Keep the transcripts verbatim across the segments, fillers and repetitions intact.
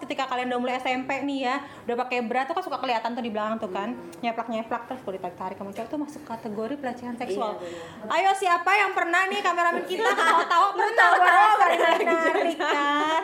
ketika kalian udah mulai S M P nih ya, udah pakai bra tuh kan suka kelihatan tuh di belakang tuh kan, nyeplak-nyeplak terus kalau ditarik-tarik sama cewek tuh masuk kategori pelecehan seksual. Iya, ayo siapa yang pernah nih kameramen kita tahu-tahu pernah narik kan?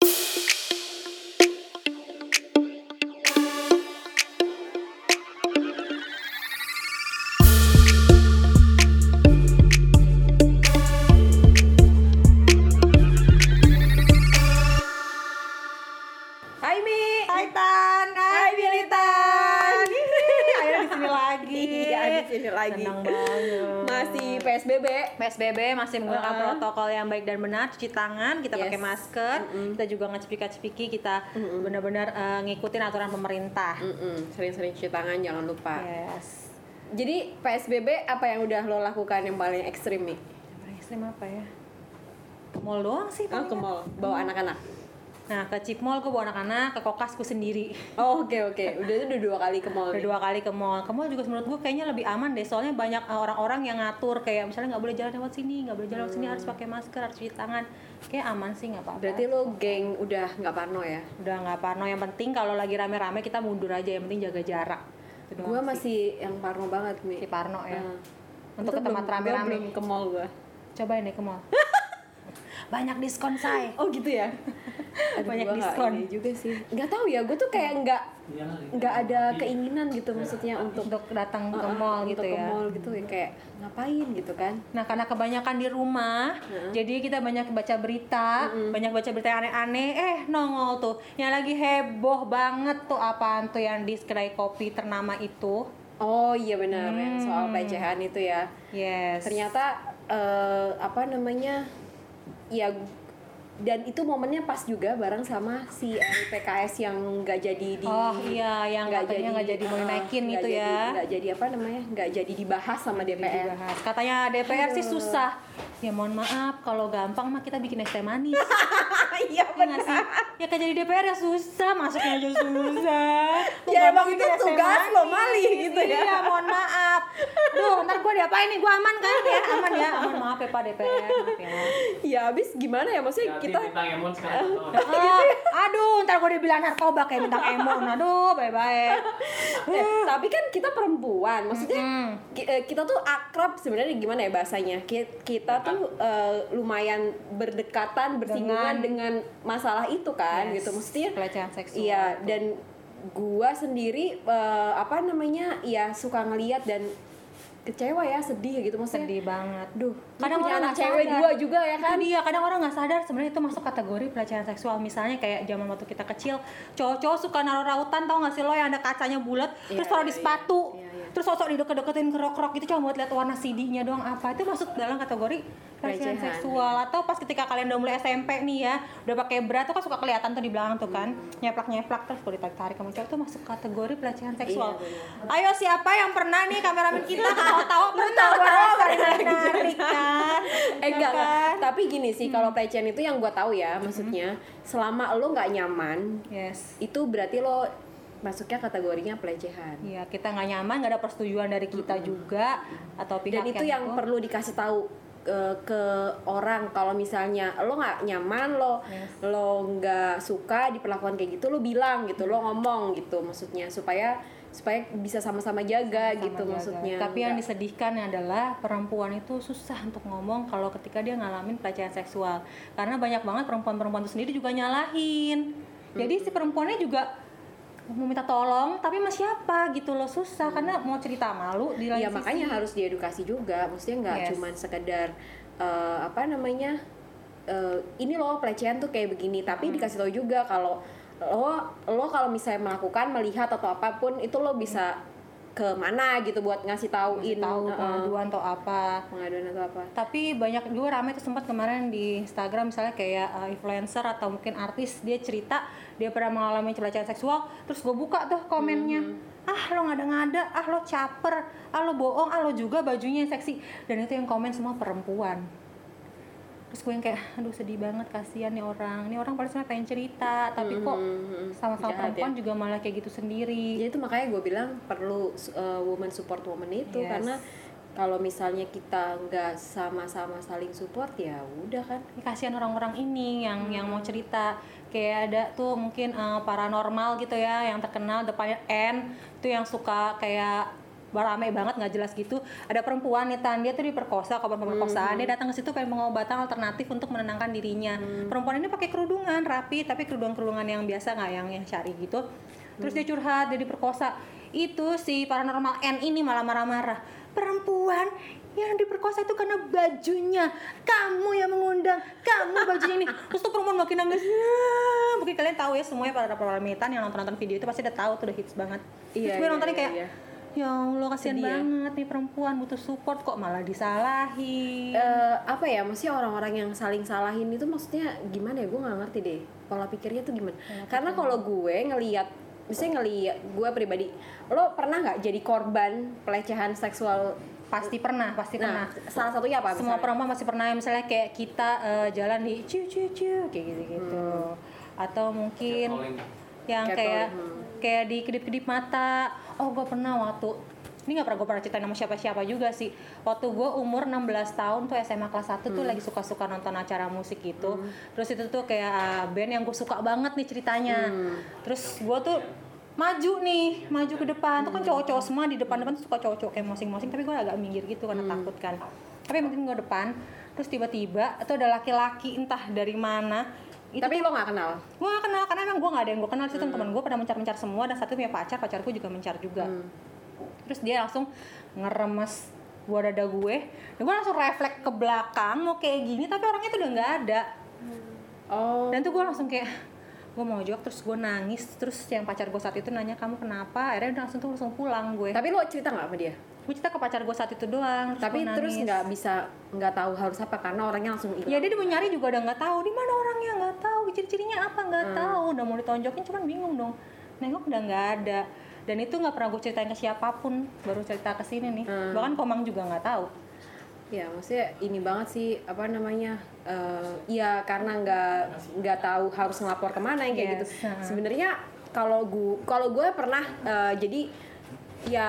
Senang banget. Masih P S B B. P S B B masih menggunakan uh, protokol yang baik dan benar, cuci tangan, kita yes. pakai masker, mm-mm. kita juga ngecipika-cipiki, kita mm-mm. benar-benar uh, ngikutin aturan pemerintah. Mm-mm. Sering-sering cuci tangan, jangan lupa. Yes. Jadi P S B B apa yang udah lo lakukan yang paling ekstrim nih? Yang paling ekstrim apa ya? Ke mall doang sih. Oh, ke mall, bawa hmm. anak-anak. Nah, ke Chip Mall gue bawa anak-anak, ke Kokasku sendiri. Oh, oke okay, oke. Okay. Udah itu udah dua kali ke mall. Udah dua kali ke mall. Ke mall juga menurut gue kayaknya lebih aman deh. Soalnya banyak orang-orang yang ngatur kayak misalnya nggak boleh jalan lewat sini, nggak boleh jalan lewat hmm. sini, harus pakai masker, harus cuci tangan. Kayak aman sih, nggak apa-apa. Berarti lo geng udah nggak parno ya? Udah nggak parno. Yang penting kalau lagi rame-rame kita mundur aja. Yang penting jaga jarak. Gue masih yang parno banget nih. Si parno ya. Uh. Untuk ke tempat rame-rame. Belum ke mall gue. Cobain deh ke mall. Banyak diskon say. Oh gitu ya. Aduh, banyak diskon juga sih. Nggak tahu ya, gue tuh kayak nggak nggak ada keinginan gitu maksudnya untuk untuk datang ke mall uh, gitu untuk ya. Ke mall gitu ya kayak ngapain gitu kan. Nah karena kebanyakan di rumah, uh-huh. jadi kita banyak baca berita, uh-huh. banyak baca berita yang aneh-aneh. Eh nongol tuh, yang lagi heboh banget tuh apaan tuh yang di kedai kopi ternama itu. Oh iya benar hmm. yang soal pelecehan itu ya. Yes. Ternyata uh, apa namanya? Ya dan itu momennya pas juga bareng sama si R U P K S yang nggak jadi di oh iya yang nggak jadi nggak jadi mau dinaikin uh, itu jadi, ya nggak jadi apa namanya nggak jadi dibahas sama D P R. Dibahas. Katanya D P R Aduh. sih susah ya, mohon maaf kalau gampang mah kita bikin es teh manis. Iya benar sih ya kan jadi D P R ya susah, masuknya aja susah. Ya emang itu tugas lo Mali gitu ya. Iya mohon maaf. Duh ntar gue diapain nih, gue aman kan ya, aman ya, aman maaf ya Pak D P R, maaf ya. Ya abis gimana ya maksudnya kita bintang Emon sekarang uh, uh, aduh ntar gue dibilang narkoba kayak bintang Emon, aduh bye-bye. eh, tapi kan kita perempuan maksudnya mm-hmm. kita tuh akrab sebenarnya gimana ya bahasanya, kita tuh uh, lumayan berdekatan bersinggungan dengan, dengan masalah itu kan yes. gitu maksudnya pelecehan seksual. Iya dan gua sendiri uh, apa namanya ya suka ngelihat dan kecewa ya, sedih gitu maksudnya. Sedih banget. Duh, kadang punya orang anak cewek dua juga ya kan? Iya, kadang orang nggak sadar sebenarnya itu masuk kategori pelecehan seksual. Misalnya kayak zaman waktu kita kecil, cowok-cowok suka naruh rautan, tau nggak sih lo yang ada kacanya bulat, yeah, terus taruh di sepatu, yeah, yeah. terus sosok dideket-deketin ke rok-rok gitu cuma buat lihat warna C D-nya doang apa. Itu masuk dalam kategori pelecehan seksual. Atau pas ketika kalian udah mulai S M P nih ya, udah pakai bra tuh kan suka kelihatan tuh di belakang tuh kan, hmm. nyeplak-nyeplak terus kalau ditarik-tarik sama cewek tuh masuk kategori pelecehan seksual. Iya, ayo siapa yang pernah nih kameramen kita tahu-tahu pernah narik kan? Eh enggak, enggak. Tapi gini sih, hmm. kalau pelecehan itu yang gue tahu ya, maksudnya hmm. selama lo nggak nyaman, yes. itu berarti lo masuknya kategorinya pelecehan. Iya, kita nggak nyaman, nggak ada persetujuan dari kita hmm. juga atau pihak. Dan itu yang, yang perlu dikasih tahu ke, ke orang kalau misalnya lo nggak nyaman, lo yes. lo nggak suka diperlakukan kayak gitu, lo bilang gitu, lo ngomong gitu, maksudnya supaya supaya bisa sama-sama jaga sama-sama gitu jaga. Maksudnya. Tapi yang disedihkan adalah perempuan itu susah untuk ngomong kalau ketika dia ngalamin pelecehan seksual, karena banyak banget perempuan-perempuan itu sendiri juga nyalahin. Hmm. Jadi si perempuannya juga mau minta tolong tapi sama siapa gitu loh, susah hmm. karena mau cerita malu di lain ya, sisi. makanya harus diedukasi juga, maksudnya nggak yes. cuman sekedar uh, apa namanya uh, ini loh pelecehan tuh kayak begini, tapi hmm. dikasih tahu juga kalau lo lo kalau misalnya melakukan, melihat atau apapun itu lo bisa ke mana gitu buat ngasih tauin, tahu uh, pengaduan atau apa pengaduan atau apa. Tapi banyak juga rame tuh sempat kemarin di Instagram misalnya kayak uh, influencer atau mungkin artis, dia cerita dia pernah mengalami pelecehan seksual, terus gue buka tuh komennya, hmm. ah lo ngada-ngada, ah lo caper, ah lo bohong, ah lo juga bajunya yang seksi, dan itu yang komen semua perempuan. Terus gue yang kayak aduh sedih banget, kasihan nih orang, nih orang paling sebenarnya pengen cerita tapi kok sama-sama perempuan ya. Juga malah kayak gitu sendiri. Jadi itu makanya gue bilang perlu uh, woman support woman itu, yes. karena kalau misalnya kita nggak sama-sama saling support ya udah kan. Kasihan orang-orang ini yang hmm. yang mau cerita, kayak ada tuh mungkin uh, paranormal gitu ya yang terkenal depannya N tuh yang suka kayak rame banget nggak jelas gitu. Ada perempuan nih Tan, dia tuh diperkosa, korban pemerkosaan. Hmm. Dia datang ke situ pengen pengobatan alternatif untuk menenangkan dirinya. Hmm. Perempuan ini pakai kerudungan rapi, tapi kerudungan-kerudungan yang biasa nggak yang yang syari gitu. Terus hmm. dia curhat, dia diperkosa. Itu si paranormal N ini malah marah-marah. Perempuan yang diperkosa itu karena bajunya, kamu yang mengundang, kamu bajunya ini. Terus tuh perempuan makin nangis. Mungkin kalian tahu ya semuanya para para militan yang nonton-nonton video itu pasti udah tahu tuh, udah hits banget. Iya, terus gue iya, nontonnya iya, kayak iya. Ya Allah kasihan Sedih, banget ya. Nih perempuan butuh support kok malah disalahin. Uh, apa ya, maksudnya orang-orang yang saling salahin itu maksudnya gimana ya, gue nggak ngerti deh pola pikirnya tuh gimana. Ya, karena kalau gue ngelihat, misalnya ngelihat gue pribadi, lo pernah nggak jadi korban pelecehan seksual? Pasti pernah, pasti nah, pernah. Salah satunya apa? Semua misalnya? Perempuan pasti pernah, misalnya kayak kita uh, jalan di ciu ciu ciu kayak gitu-gitu. Hmm. Atau mungkin yang Catcalling. kayak hmm. kayak di kedip-kedip mata. Oh gue pernah waktu, ini gak pernah gue pernah ceritain sama siapa-siapa juga sih. Waktu gue umur enam belas tahun tuh S M A kelas satu hmm. tuh lagi suka-suka nonton acara musik gitu. Hmm. Terus itu tuh kayak uh, band yang gue suka banget nih ceritanya. Hmm. Terus gue tuh maju nih, maju ke depan. Tuh kan cowok-cowok semua di depan-depan tuh suka cowok-cowok kayak mosing-mosing. Tapi gue agak minggir gitu karena hmm. takut kan. Tapi yang penting gue depan. Terus tiba-tiba itu ada laki-laki entah dari mana. Itu tapi lo nggak kenal? Gue nggak kenal karena emang gue nggak ada yang gue kenal. Itu hmm. teman gue pada mencar-mencar semua, dan satu punya pacar, pacarku juga mencar juga. Hmm. Terus dia langsung ngeremes buah dada gue, dan gue langsung refleks ke belakang mau kayak gini, tapi orangnya tuh udah nggak ada. Oh. Dan tuh gue langsung kayak gue mau jawab, terus gue nangis. Terus yang pacar gue saat itu nanya kamu kenapa, akhirnya udah langsung tuh langsung pulang gue. Tapi lo cerita nggak sama dia? Gue cerita ke pacar gue saat itu doang. Terus tapi terus nggak bisa nggak tahu harus apa karena orangnya langsung hilang. Ya dia mau nyari juga udah nggak tahu di mana orangnya, nggak tahu ciri-cirinya apa, nggak hmm. tahu. Udah mau ditonjokin cuman bingung dong. Nengok udah nggak ada. Dan itu nggak pernah gue ceritain ke siapapun, baru cerita ke sini nih. Hmm. Bahkan Komang juga nggak tahu. Ya maksudnya ini banget sih apa namanya. Uh, ya karena nggak nggak tahu harus ngelapor kemana yang kayak yes. gitu. Hmm. Sebenarnya kalau gue kalau gue pernah uh, jadi ya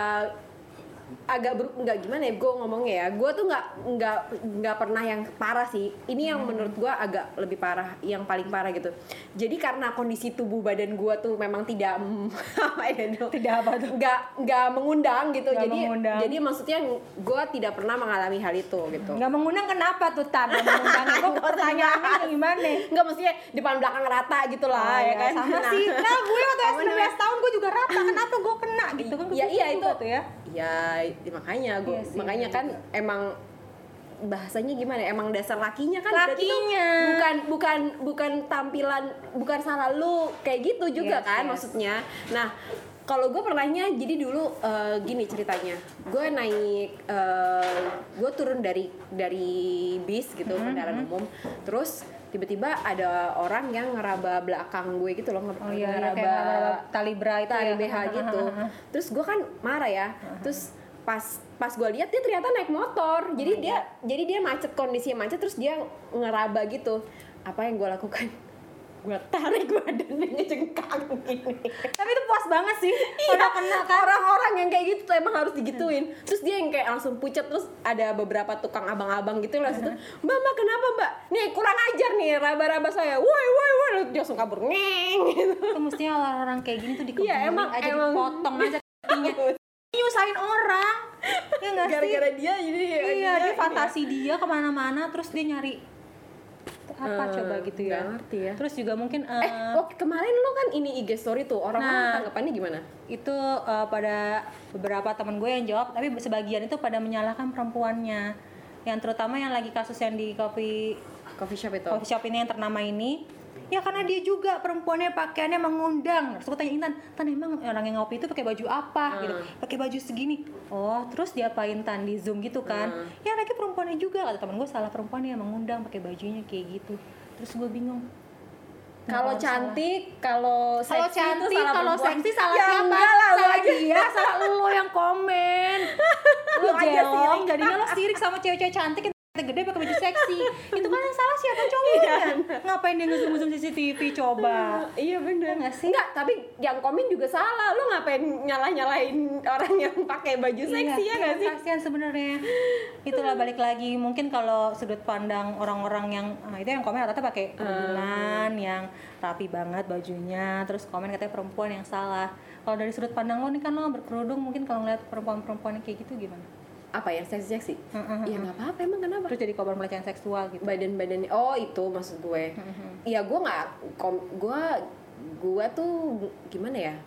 agak ber, nggak gimana ya gue ngomongnya ya, gue tuh nggak nggak nggak pernah yang parah sih, ini yang hmm. menurut gue agak lebih parah, yang paling parah gitu. Jadi karena kondisi tubuh badan gue tuh memang tidak apa ya tidak apa tuh nggak nggak mengundang gitu, gak jadi mengundang. Jadi maksudnya gue tidak pernah mengalami hal itu gitu. Nggak mengundang kenapa tuh Tan? Nggak mengundang itu pertanyaannya gimana? Nggak, maksudnya depan belakang rata gitu lah. Oh, ya kan sama nah. sih, nah gue waktu sembilan belas tahun gue juga rata, kenapa gue kena gitu kan? Ya iya itu tuh ya. Ya makanya gue yes, makanya kan gitu. Emang bahasanya gimana, emang dasar lakinya kan lakinya bukan bukan bukan tampilan, bukan salah lu kayak gitu juga yes, kan yes. maksudnya. Nah kalau gue pernahnya jadi dulu uh, gini ceritanya, gue naik uh, gue turun dari dari bis gitu mm-hmm. kendaraan umum, terus tiba-tiba ada orang yang ngeraba belakang gue gitu loh, oh, iya, ngeraba iya, tali bra itu tali ya. B H gitu. Terus gue kan marah ya. Terus pas pas gue lihat dia ternyata naik motor. Jadi oh, dia iya. jadi dia macet, kondisinya macet, terus dia ngeraba gitu. Apa yang gue lakukan? Gue tarik badannya jengkang gini. Tapi itu puas banget sih. Iya, kena kan orang-orang yang kayak gitu tuh emang harus digituin. Terus dia yang kayak langsung pucat, terus ada beberapa tukang abang-abang gitu yang langsung, "Mbak, Mbak, kenapa, Mbak? Nih kurang ajar nih raba-raba saya. Woi, woi, woi." Dia langsung kabur ngeng gitu. Itu mestinya orang-orang kayak gini tuh dikeburin ya, emang, aja, emang. dipotong aja kakinya. Nyusahin orang. Ya enggak sih? Gara-gara dia jadi iya, dia, dia fantasi ya. dia kemana-mana, terus dia nyari apa uh, coba gitu ya. Gak ngerti ya. Terus juga mungkin uh, eh waktu kemarin lo kan ini I G story tuh, orang-orang nah, tanggapannya gimana? Itu uh, pada beberapa teman gue yang jawab, tapi sebagian itu pada menyalahkan perempuannya. Yang terutama yang lagi kasus yang di coffee coffee shop itu. Coffee shop ini yang ternama ini. Ya karena dia juga perempuannya pakaiannya mengundang. Terus gue tanya Intan, Tan emang orang yang ngopi itu pakai baju apa? Hmm. Gitu. Pakai baju segini. Oh, terus diapain Tan di Zoom gitu kan? Hmm. Ya lagi perempuannya juga, kata temen gue, salah perempuannya yang mengundang pakai bajunya kayak gitu. Terus gue bingung. Kalau cantik, kalau seksi cantik, itu salah kalau seksi salah ya, siapa? Lah, salah dia, salah lo yang komen. Lo jelong, jadinya lo sirik sama cewek-cewek cantik. gede pakai baju seksi. Itu kan yang salah siapa cowoknya? Ngapain dia ngezoom-zoom C C T V coba? Iya bener nggak sih? Enggak, tapi yang komen juga salah. Lu ngapain nyalah-nyalahin orang yang pakai baju seksi iya, ya nggak sih? Kasihan sebenarnya. Itulah balik lagi. Mungkin kalau sudut pandang orang-orang yang nah itu yang komen rata-rata pakai kerudungan, hmm. yang rapi banget bajunya, terus komen katanya perempuan yang salah. Kalau dari sudut pandang lo nih kan lo berkerudung, mungkin kalau ngeliat perempuan-perempuan yang kayak gitu gimana? Apa yang seksi-seksi? Uh-huh. Ya nggak apa-apa, emang kenapa? Terus jadi korban pelecehan seksual gitu. Badan-badannya, oh itu maksud gue. Iya uh-huh. gue nggak, gue gue tuh gimana ya?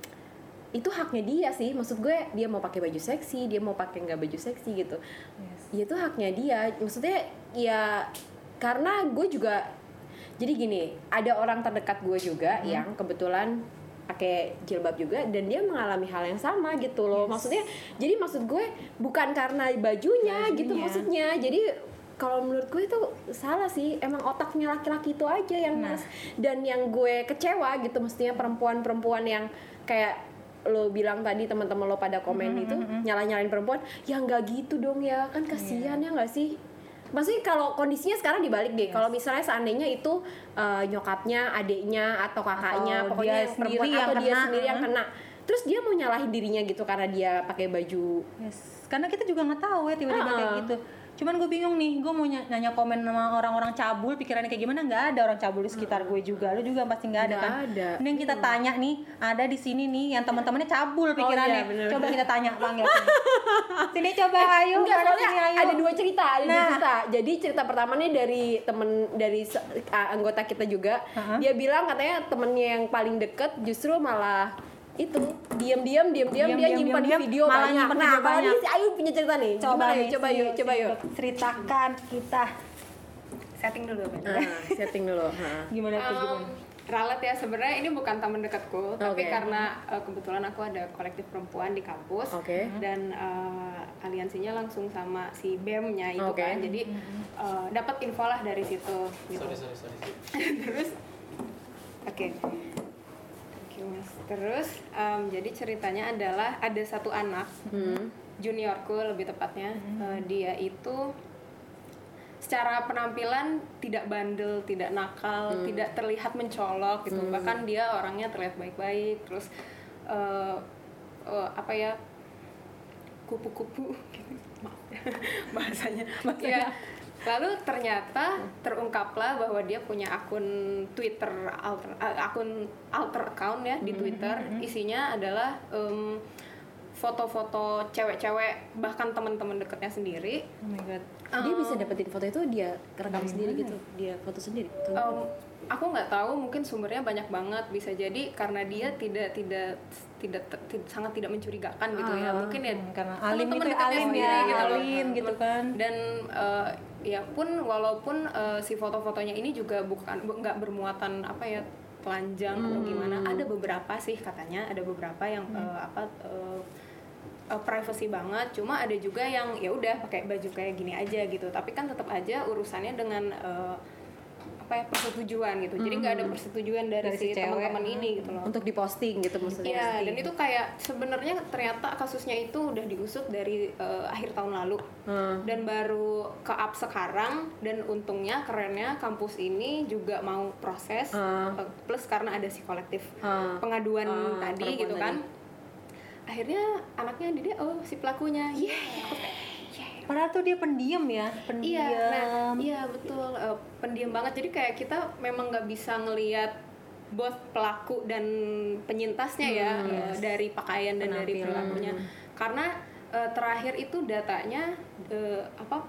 Itu haknya dia sih, maksud gue dia mau pakai baju seksi, dia mau pakai nggak baju seksi gitu. Yes. Ya itu haknya dia, maksudnya ya karena gue juga, jadi gini, ada orang terdekat gue juga uh-huh. yang kebetulan pakai jilbab juga dan dia mengalami hal yang sama gitu loh. Yes. Maksudnya jadi maksud gue bukan karena bajunya, bajunya. gitu maksudnya. Jadi kalau menurut gue itu salah sih, emang otaknya laki-laki itu aja yang nah. mas dan yang gue kecewa gitu, mestinya perempuan-perempuan yang kayak lo bilang tadi teman-teman lo pada komen mm-hmm, itu mm-hmm. nyala-nyalain perempuan, ya nggak gitu dong ya, kan kasihan yeah. ya nggak sih? Maksudnya kalau kondisinya sekarang dibalik deh, yes. kalau misalnya seandainya itu uh, nyokapnya, adiknya atau kakaknya, atau pokoknya yang perempuan yang atau kena, dia sendiri yang kena, terus dia mau nyalahin dirinya gitu karena dia pakai baju. Yes. Karena kita juga nggak tahu ya tiba-tiba uh-uh. kayak gitu. Cuman gue bingung nih, gue mau nanya komen sama orang-orang cabul, pikirannya kayak gimana? Nggak ada orang cabul di sekitar gue juga, lo juga pasti nggak ada kan? Ada. Ini yang kita tanya nih, ada di sini nih, yang teman-temannya cabul pikirannya. Oh, iya, coba kita tanya, panggil sini. Sini coba, ayo. Enggak, soalnya sini, ayo. Ada dua cerita, ada nah. dua cerita. Jadi cerita pertama nih dari temen dari uh, anggota kita juga, uh-huh. dia bilang katanya temennya yang paling deket justru malah itu diam-diam diam-diam dia nyimpan di video banyak. Nah, kalau ini si Ayu punya cerita nih. Coba nih, coba yuk, coba yuk. Ceritakan kita. Setting dulu, Pak. Nah, setting dulu. Gimana tuh gimana? Ralat ya, sebenarnya ini bukan teman dekatku, okay. tapi karena uh, kebetulan aku ada kolektif perempuan di kampus, okay. dan uh, aliansinya langsung sama si B E M-nya itu okay. kan, jadi uh, dapat info lah dari situ. Gitu. Sorry sorry sorry. Terus, oke. Okay. Mas. Terus um, jadi ceritanya adalah ada satu anak hmm. juniorku lebih tepatnya, hmm. uh, dia itu secara penampilan tidak bandel, tidak nakal, hmm. tidak terlihat mencolok gitu, hmm. bahkan dia orangnya terlihat baik-baik, terus uh, uh, apa ya kupu-kupu maaf bahasanya, bahasanya. Ya. Lalu ternyata terungkaplah bahwa dia punya akun Twitter alter, akun alter account ya di Twitter, mm-hmm. isinya adalah um, foto-foto cewek-cewek bahkan teman-teman dekatnya sendiri. Oh my god. Um, dia bisa dapetin foto itu dia rekam sendiri gitu, dia foto sendiri. Um, aku nggak tahu, mungkin sumbernya banyak banget, bisa jadi karena dia tidak tidak tidak, tidak sangat tidak mencurigakan gitu ah, ya, mungkin ya karena alim itu alim ya, gitu alim gitu kan. Dan uh, ya pun walaupun uh, si foto-fotonya ini juga bukan nggak bermuatan apa ya telanjang hmm. atau gimana, ada beberapa sih katanya, ada beberapa yang hmm. uh, apa uh, uh, privacy banget, cuma ada juga yang ya udah pakai baju kayak gini aja gitu, tapi kan tetap aja urusannya dengan uh, apa ya persetujuan gitu, jadi nggak ada persetujuan dari, dari si teman-teman ini gitu loh untuk diposting gitu maksudnya. Iya, dan itu kayak sebenarnya ternyata kasusnya itu udah diusut dari uh, akhir tahun lalu hmm. dan baru ke up sekarang, dan untungnya kerennya kampus ini juga mau proses hmm. uh, plus karena ada si kolektif hmm. pengaduan hmm, tadi gitu kan tadi. Akhirnya anaknya dia oh si pelakunya yeah. Padahal tuh dia pendiam ya, pendiam. Iya, nah, iya betul, uh, pendiam banget. Jadi kayak kita memang nggak bisa ngelihat both pelaku dan penyintasnya hmm, ya yes. uh, dari pakaian dan penampilan. Dari perilakunya. Karena uh, terakhir itu datanya uh, apa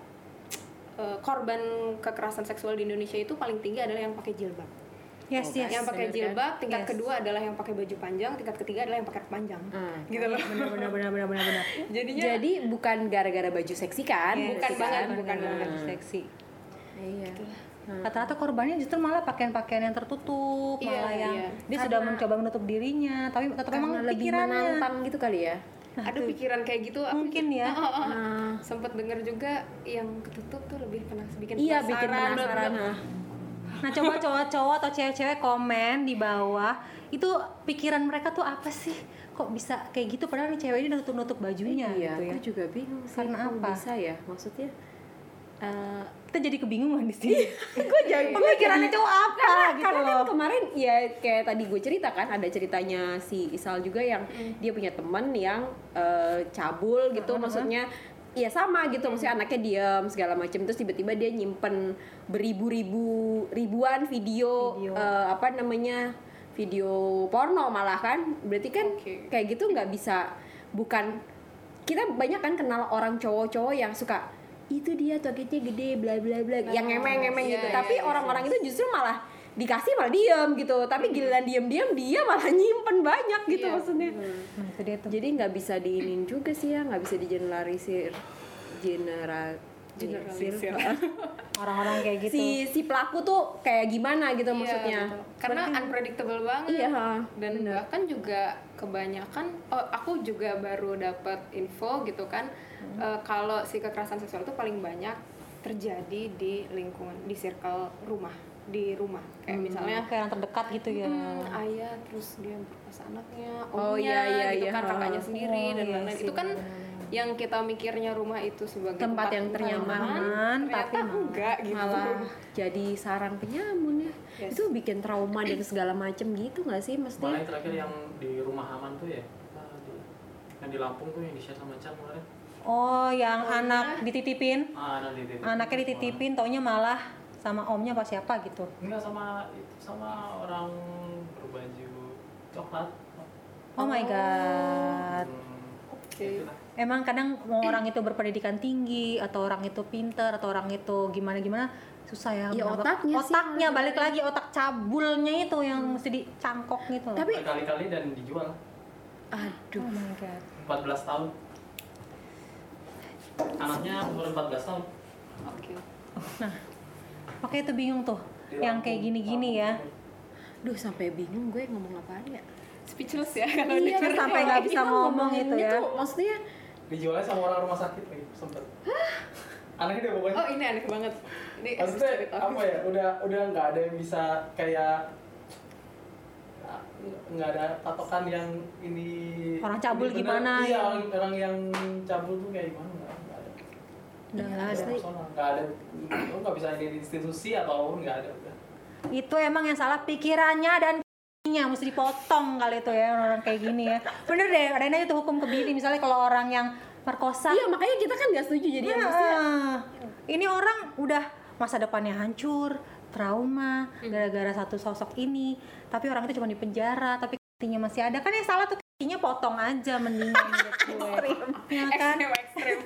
uh, korban kekerasan seksual di Indonesia itu paling tinggi adalah yang pakai jilbab. Yes, yes. Yang pakai jilbab, tingkat yes. kedua adalah yang pakai baju panjang, tingkat ketiga adalah yang pakai panjang. Hmm. Gitu loh. Benar benar benar benar benar. Jadinya jadi bukan gara-gara baju seksi kan? Yes, bukan banget, kan? bukan banget baju hmm. seksi. Iya. Hmm. Rata-rata korbannya justru malah pakaian-pakaian yang tertutup, iya, malah yang iya. dia karena sudah mencoba menutup dirinya, tapi tetap memang lebih menantang gitu kali ya. Nah, ada pikiran kayak gitu mungkin ya. Oh, oh, oh. Nah. Sempet denger juga yang ketutup tuh lebih penas bikin iya, penasaran. Bikin penasaran. Nah coba cowok-cowok atau cewek-cewek komen di bawah, itu pikiran mereka tuh apa sih? Kok bisa kayak gitu padahal nih cewek ini nutup-nutup bajunya iya, gitu ya. Aku juga bingung sih. Karena apa? Bisa ya maksudnya? uh, kita jadi kebingungan di sini. Gue jadi pemikirannya cowok apa karena, gitu karena loh. Kan kemarin ya kayak tadi gue cerita kan ada ceritanya si Isal juga yang mm. dia punya teman yang uh, cabul gitu, uh-huh. maksudnya ya sama gitu, maksudnya anaknya diam segala macam, terus tiba-tiba dia nyimpen beribu-ribu ribuan video, video. Uh, apa namanya video porno malah kan, berarti kan okay. kayak gitu nggak bisa, bukan kita banyak kan kenal orang cowok-cowok yang suka itu dia targetnya gede bla bla bla oh, yang ngemeng-ngemeng yeah, gitu, yeah, tapi yeah, orang-orang yeah. itu justru malah dikasih malah diem gitu, tapi giliran diem-diem dia malah nyimpen banyak gitu yeah. maksudnya. Hmm. Nah, jadi nggak bisa diinin juga sih ya, nggak bisa digeneralisir general generalisir orang-orang kayak gitu. Si si pelaku tuh kayak gimana gitu iya, maksudnya. Betul. Karena Berarti, unpredictable banget. Iya, dan bener. Bahkan juga kebanyakan oh aku juga baru dapat info gitu kan hmm. uh, kalau si kekerasan seksual itu paling banyak terjadi di lingkungan, di circle rumah, di rumah. Kayak hmm. misalnya kayak yang terdekat gitu ya. Hmm, ayah terus dia berkuasa anaknya, omnya oh, iya, iya, gitu iya. kan, kakaknya sendiri oh, dan iya, lain-lain. Itu kan yang kita mikirnya rumah itu sebagai tempat, tempat yang ternyaman, tapi enggak gitu. Malah jadi sarang penyamun ya. Yes. Itu bikin trauma dan segala macem gitu nggak sih mesti? Malah yang terakhir yang di rumah aman tuh ya, yang di Lampung tuh yang di share sama Chan kemarin. Oh, yang oh, anak ya. dititipin? Ah, anak dititipin. Anaknya dititipin, taunya malah sama omnya apa siapa gitu? Enggak, sama sama orang berbaju coklat. Oh, oh my god. Hmm, Oke. Okay. Emang kadang mau orang itu berpendidikan tinggi atau orang itu pintar atau orang itu gimana-gimana susah ya. Ya otaknya, otaknya sih, balik lagi otak cabulnya itu yang mesti dicangkok gitu. Tapi berkali-kali dan dijual. Aduh, oh my god. empat belas tahun. Anaknya umur empat belas tahun. Oke. Okay. Nah, makanya itu bingung tuh. Di yang kayak gini-gini ya. Duh, sampai bingung gue ngomong apaan ya. Speechless ya kalau iya, denger sampai nggak bisa ngomong itu ya. Itu, maksudnya dijualnya sama orang rumah sakit nih sempet. Aneh deh pokoknya. Oh, ini aneh banget. Ini maksudnya apa ya? Udah udah nggak ada yang bisa kayak nggak ada patokan yang ini orang cabul ini gimana iya, ya? orang, orang yang cabul tuh kayak gimana? Nggak ada. Udah nggak ada. Nggak ada. Lo nggak bisa di institusi atau nggak ada. Udah. Itu emang yang salah pikirannya dan nya mesti dipotong kali itu ya orang kayak gini ya. Bener deh, ada aja tuh hukum kebiri misalnya kalau orang yang perkosa. Iya, makanya kita kan nggak setuju jadi ya, ya, maksudnya. Ini orang udah masa depannya hancur, trauma hmm. gara-gara satu sosok ini, tapi orang itu cuma di penjara, tapi hatinya masih ada. Kan yang salah tuh hatinya potong aja mendingan gitu gue. Ya kan? Ekstrim, ekstrim.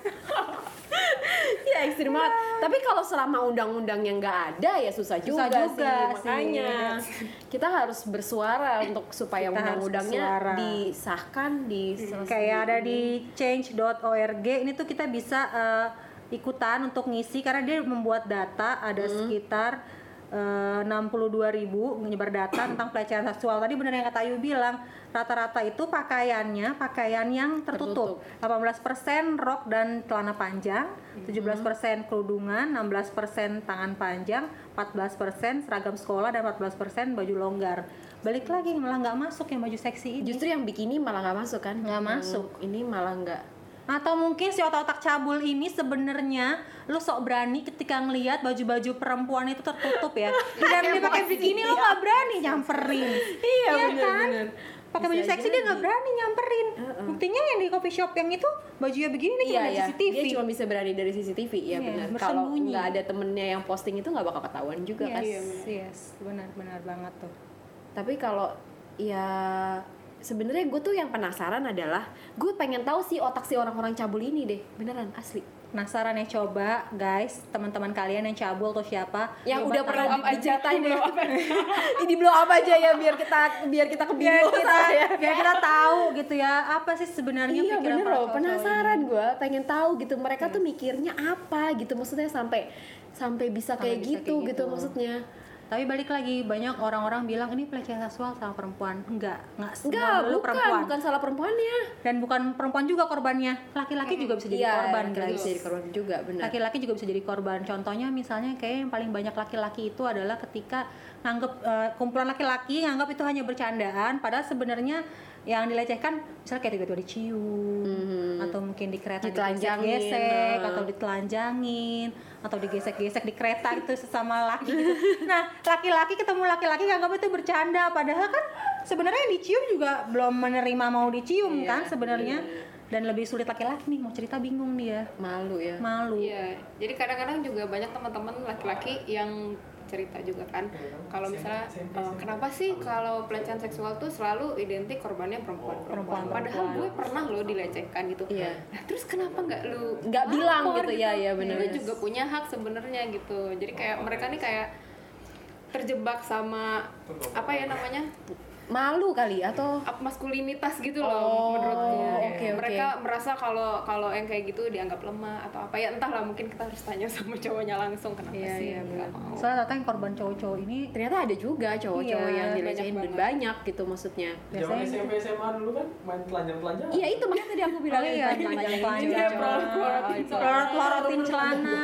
Ya ekstrim banget. Tapi kalau selama undang-undang yang nggak ada ya susah, susah juga, juga sih. Makanya sih. Kita harus bersuara untuk supaya kita undang-undangnya disahkan di hmm. kayak ada di change dot org. Ini tuh kita bisa uh, ikutan untuk ngisi karena dia membuat data ada hmm. sekitar Uh, enam puluh dua ribu menyebar data tentang pelecehan seksual. Tadi benar yang kata Ayu bilang, rata-rata itu pakaiannya pakaian yang tertutup. tertutup. delapan belas persen rok dan celana panjang, tujuh belas persen kerudungan, enam belas persen tangan panjang, empat belas persen seragam sekolah dan empat belas persen baju longgar. Balik lagi malah nggak masuk yang baju seksi ini. Justru yang bikini malah nggak masuk kan? Nggak masuk. Ini malah nggak. Atau mungkin si otak-otak cabul ini sebenarnya lu sok berani ketika ngelihat baju-baju perempuan itu tertutup ya. Dan dia pakai bikini lu nggak berani nyamperin. Iya, ya bener, kan? Bener. Pakai baju seksi dia nggak berani nyamperin. Uh-uh. Buktinya yang di coffee shop yang itu bajunya begini dia iya, cuma iya. C C T V. Dia cuma bisa berani dari C C T V ya, yeah, benar. Kalau nggak ada temennya yang posting itu nggak bakal ketahuan juga yes, kan? Yes, yes, benar-benar banget tuh. Tapi kalau ya sebenarnya gue tuh yang penasaran adalah gue pengen tahu sih otak si orang-orang cabul ini deh, beneran asli. Penasaran ya, coba guys, teman-teman kalian yang cabul atau siapa yang udah pernah diceritain blow up ini blow up aja ya biar kita biar kita kebingungan biar kita, ya. biar kita tahu gitu ya apa sih sebenarnya iya, pikiran bener loh, penasaran gue pengen tahu gitu mereka yes. tuh mikirnya apa gitu, maksudnya sampai sampai bisa sampai kayak bisa gitu kayak gitu, gitu maksudnya. Tapi balik lagi, banyak orang-orang bilang ini pelecehan seksual sama perempuan. Enggak, enggak enggak, bukan, perempuan. bukan salah perempuannya. Dan bukan perempuan juga korbannya. Laki-laki hmm. juga bisa jadi ya, korban, guys. guys. Bisa jadi korban juga, benar. Laki-laki juga bisa jadi korban. Contohnya misalnya kayak yang paling banyak laki-laki itu adalah ketika nganggep uh, kumpulan laki-laki nganggap itu hanya bercandaan, padahal sebenarnya yang dilecehkan misalnya kayak tiba-tiba dicium hmm. atau mungkin di kereta digesek-gesek atau ditelanjangin atau digesek-gesek di kereta itu sesama laki gitu. Nah, laki-laki ketemu laki-laki nganggap itu bercanda, padahal kan sebenarnya yang dicium juga belum menerima mau dicium iya, kan sebenarnya. Iya. Dan lebih sulit laki-laki nih, mau cerita bingung dia. Malu ya. Malu. Iya. Jadi kadang-kadang juga banyak teman-teman laki-laki yang cerita juga kan, kalau misalnya uh, kenapa sih kalau pelecehan seksual tuh selalu identik korbannya perempuan, perempuan, padahal gue pernah lo dilecehkan gitu. Iya. Nah, terus kenapa nggak lu nggak bilang gitu, gitu ya ya benar. Lu juga punya hak sebenarnya gitu. Jadi kayak mereka nih kayak terjebak sama apa ya namanya, malu kali atau maskulinitas gitu loh oh, menurutku. Okay, mereka okay. merasa kalau kalau yang kayak gitu dianggap lemah atau apa ya, entahlah, mungkin kita harus tanya sama cowoknya langsung kenapa yeah, sih yeah, nggak mau. Soalnya ternyata yang korban cowok-cowok ini ternyata ada juga cowok-cowok iya, yang dilecehin dan banyak gitu maksudnya. Zaman S M P S M A dulu kan main telanjang-telanjang. Iya itu makanya tadi aku bilang oh, iya, telanjang-telanjang, pelorot-pelorotin celana.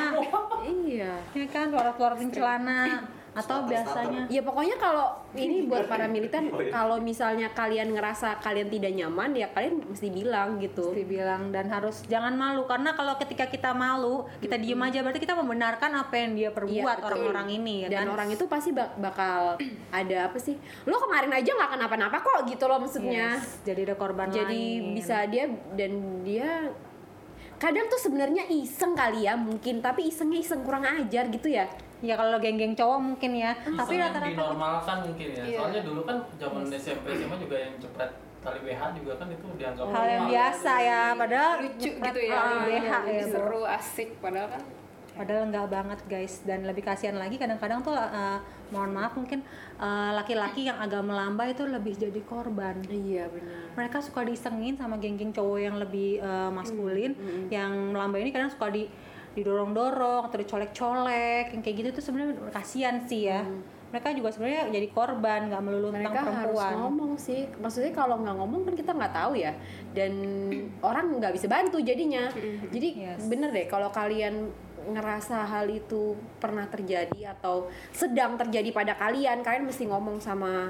Iya. Iya kan, pelorot-pelorotin celana. Atau biasanya ya pokoknya kalau ini buat para militan, kalau misalnya kalian ngerasa kalian tidak nyaman ya kalian mesti bilang gitu, mesti bilang dan harus jangan malu, karena kalau ketika kita malu kita diem aja berarti kita membenarkan apa yang dia perbuat ya, orang-orang ini ya dan kan? Orang itu pasti bak- bakal ada apa sih, lo kemarin aja nggak kenapa-napa kok gitu loh maksudnya. Yes, jadi ada korban jadi lain. Bisa dia dan dia kadang tuh sebenarnya iseng kali ya mungkin, tapi isengnya iseng kurang ajar gitu ya. Ya kalau geng-geng cowok mungkin ya, iseng tapi rata-rata dinormalkan mungkin ya. Iya. Soalnya dulu kan zaman S M P S M A juga yang cepet tali W H juga kan itu dianggap hal yang biasa ya, padahal lucu gitu ya, W H ya, seru asik padahal kan padahal enggak banget guys. Dan lebih kasihan lagi kadang-kadang tuh uh, mohon maaf mungkin uh, laki-laki yang agak melambai itu lebih jadi korban. Iya benar. Mereka suka disengin sama geng-geng cowok yang lebih uh, maskulin, mm-hmm. yang melambai ini kadang suka di didorong-dorong atau dicolek-colek, yang kayak gitu tuh sebenarnya kasihan sih ya. Hmm. Mereka juga sebenarnya jadi korban, nggak melulu tentang perempuan. Mereka harus ngomong sih, maksudnya kalau nggak ngomong kan kita nggak tahu ya, dan orang nggak bisa bantu jadinya. Jadi yes. Bener deh kalau kalian ngerasa hal itu pernah terjadi atau sedang terjadi pada kalian, kalian mesti ngomong sama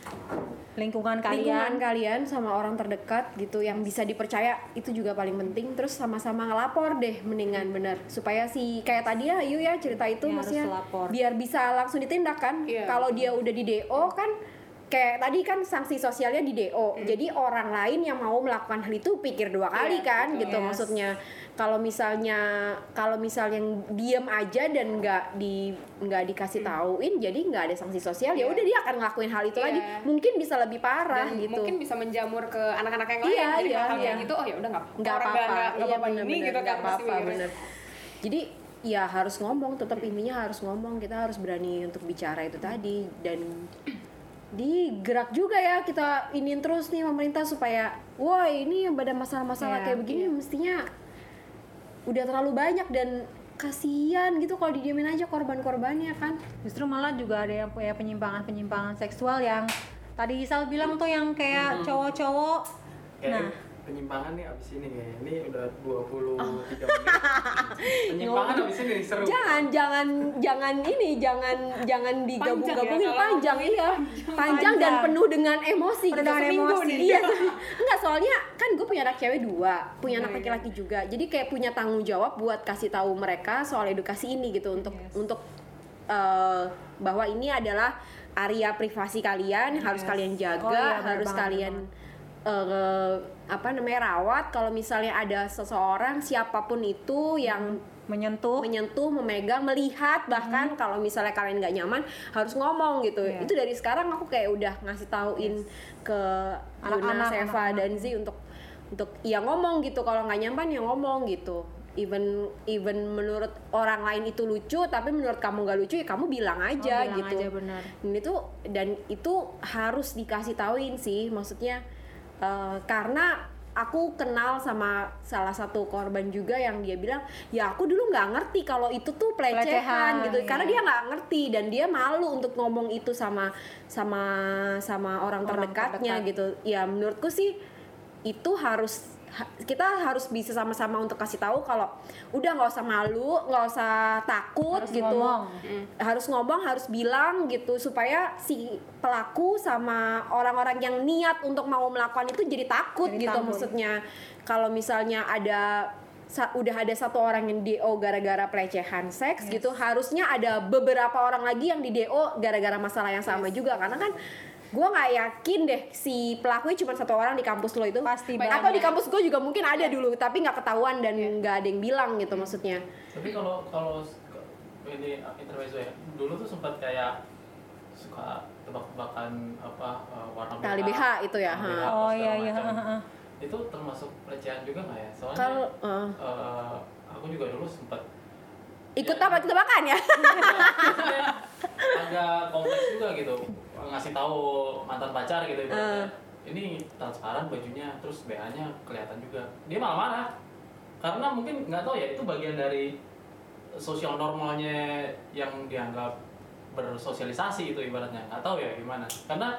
lingkungan kalian, lingkungan kalian sama orang terdekat gitu yang bisa dipercaya, itu juga paling penting. Terus sama-sama ngelapor deh mendingan bener, supaya si kayak tadi ya Ayu ya cerita itu ya, maksudnya biar bisa langsung ditindak kan. Yeah. Kalau dia udah di D O kan kayak tadi kan sanksi sosialnya di D O. Mm. Jadi orang lain yang mau melakukan hal itu pikir dua kali yeah, kan gitu yes. Maksudnya kalau misalnya kalau misalnya diam aja dan nggak di nggak dikasih tauin, jadi nggak ada sanksi sosial yeah. Ya udah dia akan ngelakuin hal itu yeah. lagi, mungkin bisa lebih parah dan gitu, mungkin bisa menjamur ke anak-anak yang lain. Yeah, jadi yeah, hal yeah. kayak gitu oh ya udah nggak nggak apa-apa nggak apa-apa ini gitu kan apa-apa bener. Jadi ya harus ngomong, tetap intinya harus ngomong, kita harus berani untuk bicara itu tadi. Dan digerak juga ya kita iniin terus nih pemerintah supaya woi ini pada masalah-masalah yeah, kayak begini yeah. Mestinya udah terlalu banyak dan kasihan gitu kalau didiamin aja korban-korbannya kan. Justru malah juga ada yang punya penyimpangan-penyimpangan seksual yang tadi Isal bilang tuh yang kayak hmm. cowok-cowok. Kayak nah penyimpangan nih abis ini kayak ini udah dua puluh tiga oh. menit. Penyimpangan abis ini seru. Jangan jangan jangan ini jangan jangan digabung-gabungin, panjang, ya, panjang iya. Panjang, panjang dan penuh dengan emosi. Penuh dengan emosi. Nih. Iya. Enggak, soalnya kan gue punya anak cewek dua, punya anak laki-laki juga. Jadi kayak punya tanggung jawab buat kasih tahu mereka soal edukasi ini gitu untuk yes. untuk uh, bahwa ini adalah area privasi kalian, yes. harus kalian jaga, oh, iya, harus kalian Uh, apa namanya rawat. Kalau misalnya ada seseorang siapapun itu yang menyentuh, menyentuh, memegang, melihat, bahkan hmm. kalau misalnya kalian nggak nyaman harus ngomong gitu. Yeah. Itu dari sekarang aku kayak udah ngasih tauin yes. ke anak-anak Seva dan Z untuk untuk ya ngomong gitu. Kalau nggak nyaman ya ngomong gitu. Even even menurut orang lain itu lucu, tapi menurut kamu nggak lucu ya kamu bilang aja oh, bilang gitu. Aja, benar. Dan itu dan itu harus dikasih tauin sih, maksudnya. Uh, karena aku kenal sama salah satu korban juga yang dia bilang ya aku dulu nggak ngerti kalau itu tuh pelecehan, pelecehan gitu iya. Karena dia nggak ngerti dan dia malu untuk ngomong itu sama sama sama orang, orang terdekatnya terdekat. Gitu ya menurutku sih itu harus kita harus bisa sama-sama untuk kasih tahu kalau udah nggak usah malu, nggak usah takut harus gitu, ngomong. Mm. harus ngomong, harus bilang gitu supaya si pelaku sama orang-orang yang niat untuk mau melakukan itu jadi takut jadi gitu takut. Maksudnya kalau misalnya ada udah ada satu orang yang D O gara-gara pelecehan seks yes. gitu, harusnya ada beberapa orang lagi yang di D O gara-gara masalah yang sama yes. juga karena kan gue nggak yakin deh si pelakunya cuma satu orang di kampus lo itu pasti atau di kampus gue juga mungkin ada yeah. dulu tapi nggak ketahuan dan nggak yeah. ada yang bilang gitu yeah. maksudnya. Tapi kalau kalau ini intermezzo ya dulu tuh sempat kayak suka tebak-tebakan apa uh, warna tali B H itu ya. B H, oh iya iya. Itu termasuk pelecehan juga nggak ya? Soalnya Kalo, uh. Uh, aku juga dulu sempat ikut ya, tebak-tebakan ya. Agak kompleks juga gitu. Ngasih tahu mantan pacar gitu ibaratnya. Uh. Ini transparan bajunya, terus B H-nya kelihatan juga. Dia malah marah. Karena mungkin nggak tahu ya itu bagian dari sosial normalnya yang dianggap bersosialisasi itu ibaratnya. Nggak tahu ya gimana. Karena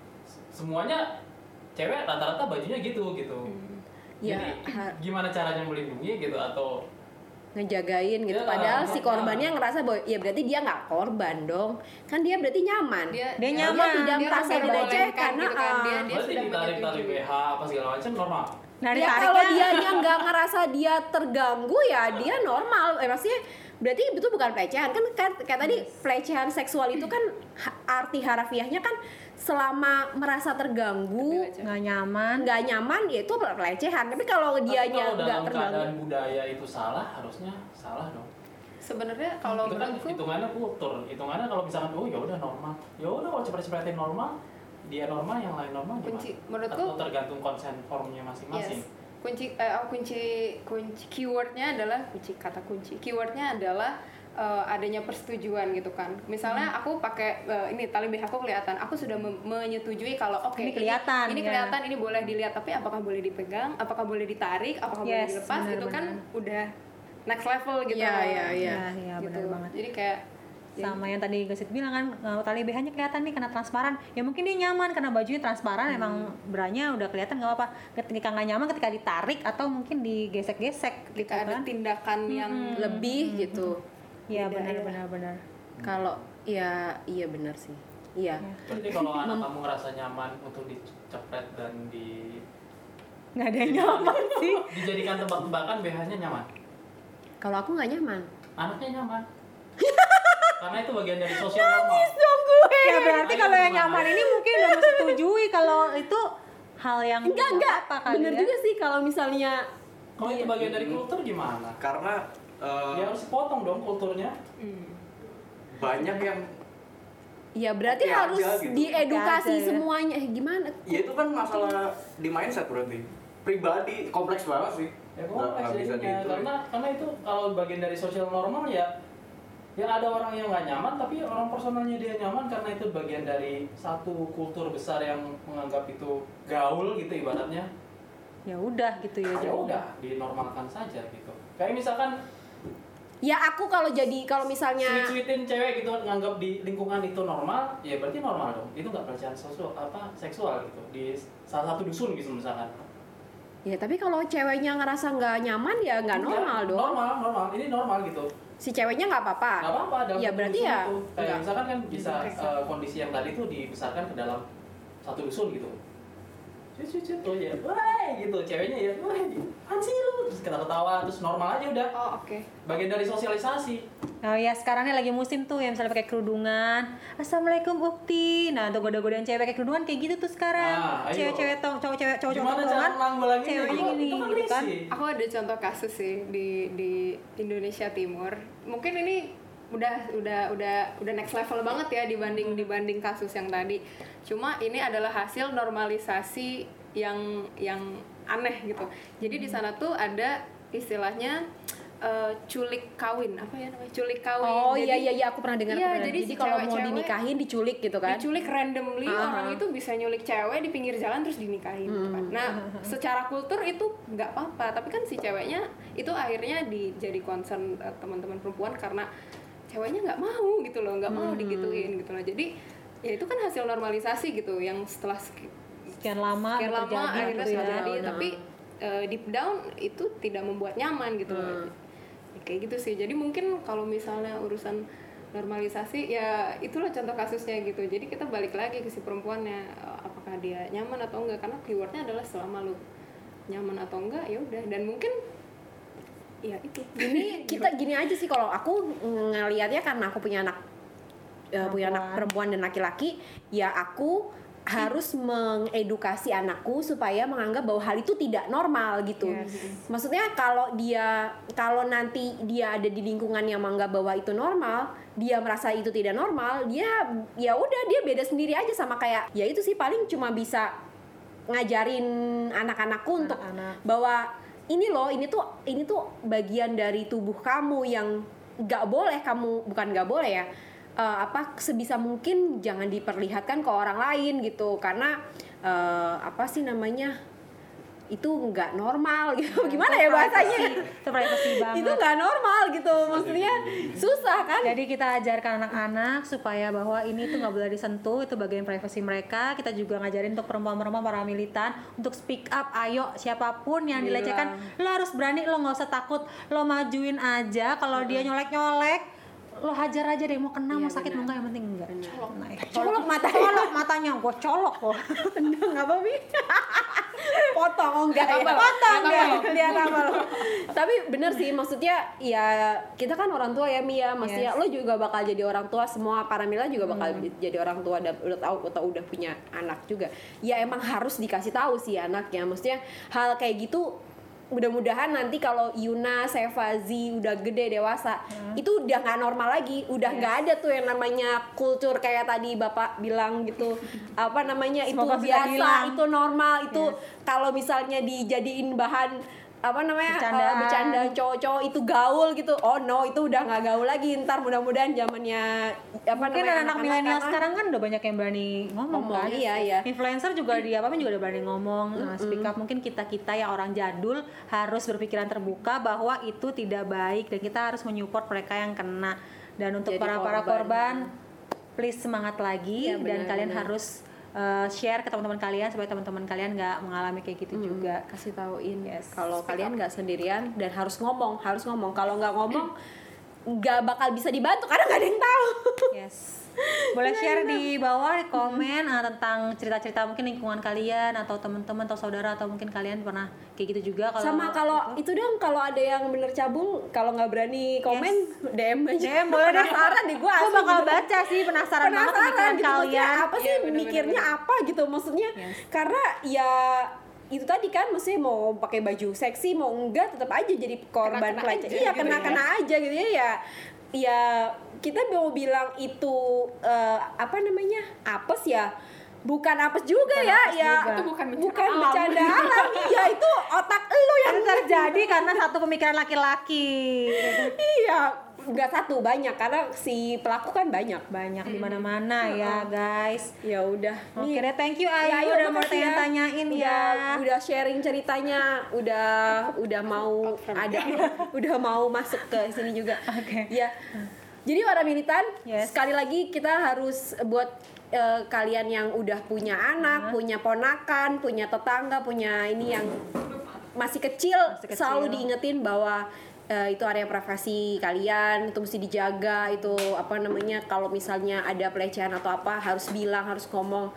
semuanya cewek rata-rata bajunya gitu gitu. Hmm. Jadi ya, gimana caranya melindungi gitu atau ngejagain gitu ya, padahal si korbannya ngerasa bahwa ya berarti dia nggak korban dong kan dia berarti nyaman dia, dia nyaman dia tidak dia merasa dilecehkan gitu kan dia, dia sudah ditarik-tarik B H apa segala macam normal nah, ya kalau dia nggak ngerasa dia terganggu ya dia normal eh maksudnya berarti itu bukan pelecehan kan kayak tadi pelecehan seksual itu kan arti harafiahnya kan selama merasa terganggu nggak nyaman nggak nyaman ya itu pelecehan tapi kalau dianya nggak terganggu keadaan budaya itu salah harusnya salah dong sebenarnya kalau itu kan hitungannya kultur hitungannya kalau misalkan oh ya udah normal ya udah kalau cepet-cepetin normal dia normal yang lain normal kunci gimana? Menurutku atau tergantung konsen formnya masing-masing yes. kunci eh, kunci kunci keywordnya adalah kunci kata kunci keywordnya adalah Uh, adanya persetujuan gitu kan. Misalnya hmm. aku pakai uh, ini tali B H aku kelihatan, aku sudah me- menyetujui kalau oke okay, ini kelihatan, ini, ini ya. kelihatan, ini boleh dilihat, tapi apakah boleh dipegang, apakah boleh ditarik, apakah yes, boleh dilepas, bener, itu bener. Kan udah next level gitu. Iya iya iya. Iya gitu. Benar banget. Jadi kayak sama yang tadi Gesit bilang kan uh, tali B H-nya kelihatan nih karena transparan. Ya mungkin dia nyaman karena bajunya transparan, hmm. emang beranya udah kelihatan nggak apa-apa. Ketika nggak nyaman ketika ditarik atau mungkin digesek-gesek gitu kan. Ada tindakan hmm. yang lebih hmm. gitu. Iya benar-benar benar. Kalau ya iya benar sih. Iya. Berarti kalau anak kamu ngerasa nyaman untuk dicepret dan di nggak ada yang nyaman sih. Dijadikan tebak-tebakan B H-nya nyaman. Kalau aku nggak nyaman. Anaknya nyaman. Karena itu bagian dari sosial normal. Ya berarti kalau yang nyaman ini mungkin udah menyetujui kalau itu hal yang enggak enggak. Apa kali bener ya? juga sih kalau misalnya kalau itu bagian dari kultur gimana? Karena Uh, ya harus dipotong dong kulturnya. Hmm. Banyak yang ya berarti okay harus aja, gitu. diedukasi aja, ya. semuanya. Eh gimana? Ya itu kan masalah di mindset berarti. Pribadi kompleks banget sih. Ya kompleks jadinya. Karena karena itu kalau bagian dari sosial normal ya ya ada orang yang nggak nyaman tapi orang personalnya dia nyaman karena itu bagian dari satu kultur besar yang menganggap itu gaul gitu ibaratnya. Ya udah gitu ya. Ya udah dinormalkan saja gitu. Kayak misalkan ya aku kalau jadi kalau misalnya sweet-sweetin cewek gitu nganggap di lingkungan itu normal, ya berarti normal dong. Itu nggak pelecehan seksual apa seksual gitu di salah satu dusun gitu misalkan. Ya tapi kalau ceweknya ngerasa nggak nyaman ya nggak normal ya, dong. Normal, normal. Ini normal gitu. Si ceweknya nggak apa-apa. Nggak apa-apa. Dalam ya berarti ya. Itu. Kayak misalkan kan bisa uh, kondisi yang tadi itu dibesarkan ke dalam satu dusun gitu. Cucu-cucu tuh ya, wah gitu, ceweknya ya, wah apaan sih lu? Terus ketawa-ketawa, terus normal aja udah. Oh oke. Okay. Bagian dari sosialisasi. Oh ya sekarang ini lagi musim tuh yang misalnya pakai kerudungan. Assalamualaikum Ukti. Nah tuh goda-godain cewek pakai kerudungan kayak gitu tuh sekarang. Ah, cewek-cewek tong, cowok-cewek cowok-cowok tongkrongan. Ceweknya gini gitu kan. Aku ada contoh kasus sih di di Indonesia Timur. Mungkin ini udah udah udah udah next level banget ya dibanding dibanding kasus yang tadi. Cuma ini adalah hasil normalisasi yang yang aneh gitu. Jadi di sana tuh ada istilahnya uh, culik kawin, apa ya namanya, culik kawin. Oh jadi, iya iya iya aku pernah dengar. Iya, pernah. jadi, jadi si kalau mau cewek-cewek dinikahin diculik gitu kan? Diculik randomly, uh-huh. orang itu bisa nyulik cewek di pinggir jalan terus dinikahin. Hmm. Gitu kan. Nah uh-huh. secara kultur itu nggak apa-apa, tapi kan si ceweknya itu akhirnya di, jadi concern uh, teman-teman perempuan karena ceweknya nggak mau gitu loh, nggak mau hmm. digituin gitu loh. Jadi ya itu kan hasil normalisasi gitu yang setelah sekian lama sekian lama terjadi, akhirnya gitu ya. terjadi, tapi uh, deep down itu tidak membuat nyaman gitu hmm. ya, kayak gitu sih. Jadi mungkin kalau misalnya urusan normalisasi ya itulah contoh kasusnya gitu. Jadi kita balik lagi ke si perempuannya, apakah dia nyaman atau enggak, karena keywordnya adalah selama lu nyaman atau enggak ya udah. Dan mungkin ya itu gini kita gini aja sih kalau aku ngelihatnya, karena aku punya anak uh, punya anak perempuan dan laki-laki, ya aku harus mengedukasi anakku supaya menganggap bahwa hal itu tidak normal gitu. Yes. Maksudnya kalau dia kalau nanti dia ada di lingkungan yang menganggap bahwa itu normal, dia merasa itu tidak normal, dia ya udah dia beda sendiri aja sama kayak ya itu sih paling cuma bisa ngajarin anak-anakku untuk anak-anak. bahwa ini loh, ini tuh ini tuh bagian dari tubuh kamu yang nggak boleh kamu bukan nggak boleh ya. Uh, apa sebisa mungkin jangan diperlihatkan ke orang lain gitu, karena uh, apa sih namanya itu nggak normal gitu. Nah, gimana ya bahasanya itu privacy banget, itu nggak normal gitu, maksudnya susah kan. Jadi kita ajarkan anak-anak supaya bahwa ini tuh nggak boleh disentuh, itu bagian privasi mereka. Kita juga ngajarin untuk perempuan-perempuan para militan untuk speak up, ayo siapapun yang dilecehkan lo harus berani, lo nggak usah takut, lo majuin aja. Kalau hmm. dia nyolek-nyolek lo hajar aja deh, mau kena iya, mau sakit mau enggak, yang penting enggak. Colok, nah, colok, colok matanya, colok matanya, gue colok lo. Enggak apa Bi? Potong oh enggak ya? Potong enggak? Lihat apa lo? Tapi bener sih, maksudnya ya kita kan orang tua ya Mia, maksudnya yes. lo juga bakal jadi orang tua, semua para Mila juga bakal hmm. jadi orang tua dan udah tahu atau udah punya anak juga. Ya emang harus dikasih tahu sih anaknya, maksudnya hal kayak gitu. Mudah-mudahan nanti kalau Yuna, Sefazi udah gede dewasa, hmm. itu udah nggak normal lagi, udah nggak yes. ada tuh yang namanya kultur kayak tadi Bapak bilang gitu, apa namanya Semoga itu biasa, bilang. itu normal, itu yes. kalau misalnya dijadiin bahan apa namanya bercandaan, uh, bercandaan cowok-cowok itu gaul gitu, oh no itu udah nggak gaul lagi, ntar mudah-mudahan zamannya apa mungkin namanya anak milenial sekarang kan udah banyak yang berani ngomong, ngomong kan, iya iya influencer juga di apa pun juga udah berani ngomong, mm-hmm. nah, speak up. Mungkin kita kita yang orang jadul harus berpikiran terbuka bahwa itu tidak baik dan kita harus menyupport mereka yang kena. Dan untuk para para korban, please semangat lagi ya, benar, dan kalian benar. harus Uh, share ke teman-teman kalian supaya teman-teman kalian nggak mengalami kayak gitu hmm, juga. Kasih tauin yes. kalau kalian nggak sendirian dan harus ngomong, harus ngomong. Kalau nggak ngomong nggak bakal bisa dibantu karena nggak ada yang tahu. Yes. Boleh share di bawah di komen hmm. uh, tentang cerita-cerita mungkin lingkungan kalian atau teman-teman atau saudara atau mungkin kalian pernah kayak gitu juga. Kalau sama kalau itu dong, kalau ada yang bener cabul, kalau nggak berani komen yes. D M aja. D M boleh deh. Penasaran deh gue. Gue bakal baca sih, penasaran, penasaran banget pemikiran gitu, kalian. Apa sih ya, mikirnya bener, apa gitu maksudnya? Yes. Karena ya itu tadi kan, maksudnya mau pakai baju seksi mau enggak tetap aja jadi korban pelecehan. Iya gitu kena-kena ya. aja gitu ya. Ya, ya kita mau bilang itu uh, apa namanya apes ya, bukan apes juga bukan ya, apes ya juga. Itu bukan bukan bercanda alam, ya itu otak lu yang terjadi karena satu pemikiran laki-laki. Iya, nggak satu, banyak, karena si pelaku kan banyak banyak hmm. di mana-mana hmm. ya guys. Ya udah. Oke deh, thank you Ayu ya, udah mau tanya-tanyain ya. Udah sharing ceritanya, udah udah mau ada, udah mau masuk ke sini juga. Oke. Okay. Ya. Jadi para militan, yes. sekali lagi kita harus buat uh, kalian yang udah punya anak, uh-huh. punya ponakan, punya tetangga, punya ini yang masih kecil, masih kecil. Selalu diingetin bahwa uh, itu area privasi kalian, itu mesti dijaga, itu apa namanya, kalau misalnya ada pelecehan atau apa harus bilang, harus ngomong.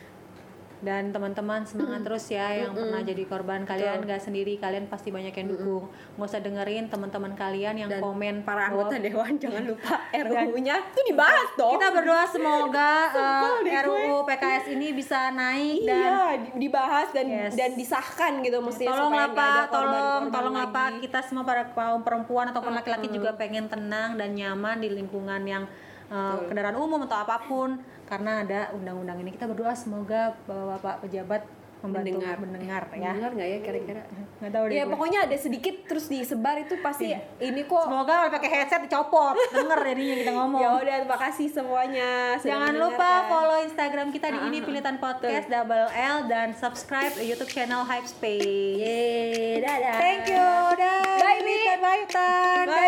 Dan teman-teman semangat mm. terus ya yang mm-mm. pernah jadi korban, kalian nggak sendiri, kalian pasti banyak yang dukung. Nggak usah dengerin teman-teman kalian yang dan komen para anggota dewan jangan lupa R U-nya itu dibahas dong. Kita berdoa semoga uh, R U U P K S ini bisa naik iya, dan dibahas dan yes. dan disahkan gitu, mesti tolong supaya apa ada korban, tolong korban tolong lagi. apa kita semua para kaum perempuan ataupun mm-hmm. laki-laki juga pengen tenang dan nyaman di lingkungan yang uh, kendaraan umum atau apapun. Karena ada undang-undang ini, kita berdoa semoga bapak-bapak pejabat membantu mendengar, mendengar ya. Mendengar nggak ya kira-kira? Nggak tahu deh. Ya gue. pokoknya ada sedikit terus disebar itu pasti iya. Ini kok. Semoga kalau pakai headset dicopot, denger jadinya kita ngomong. Ya udah, terima kasih semuanya. Jangan lupa follow Instagram kita di ini Pilitan Podcast double L dan subscribe YouTube channel Hype Space. Yeay, dadah. Thank you, dah. Bye, Mi. Bye, Tan. Bye.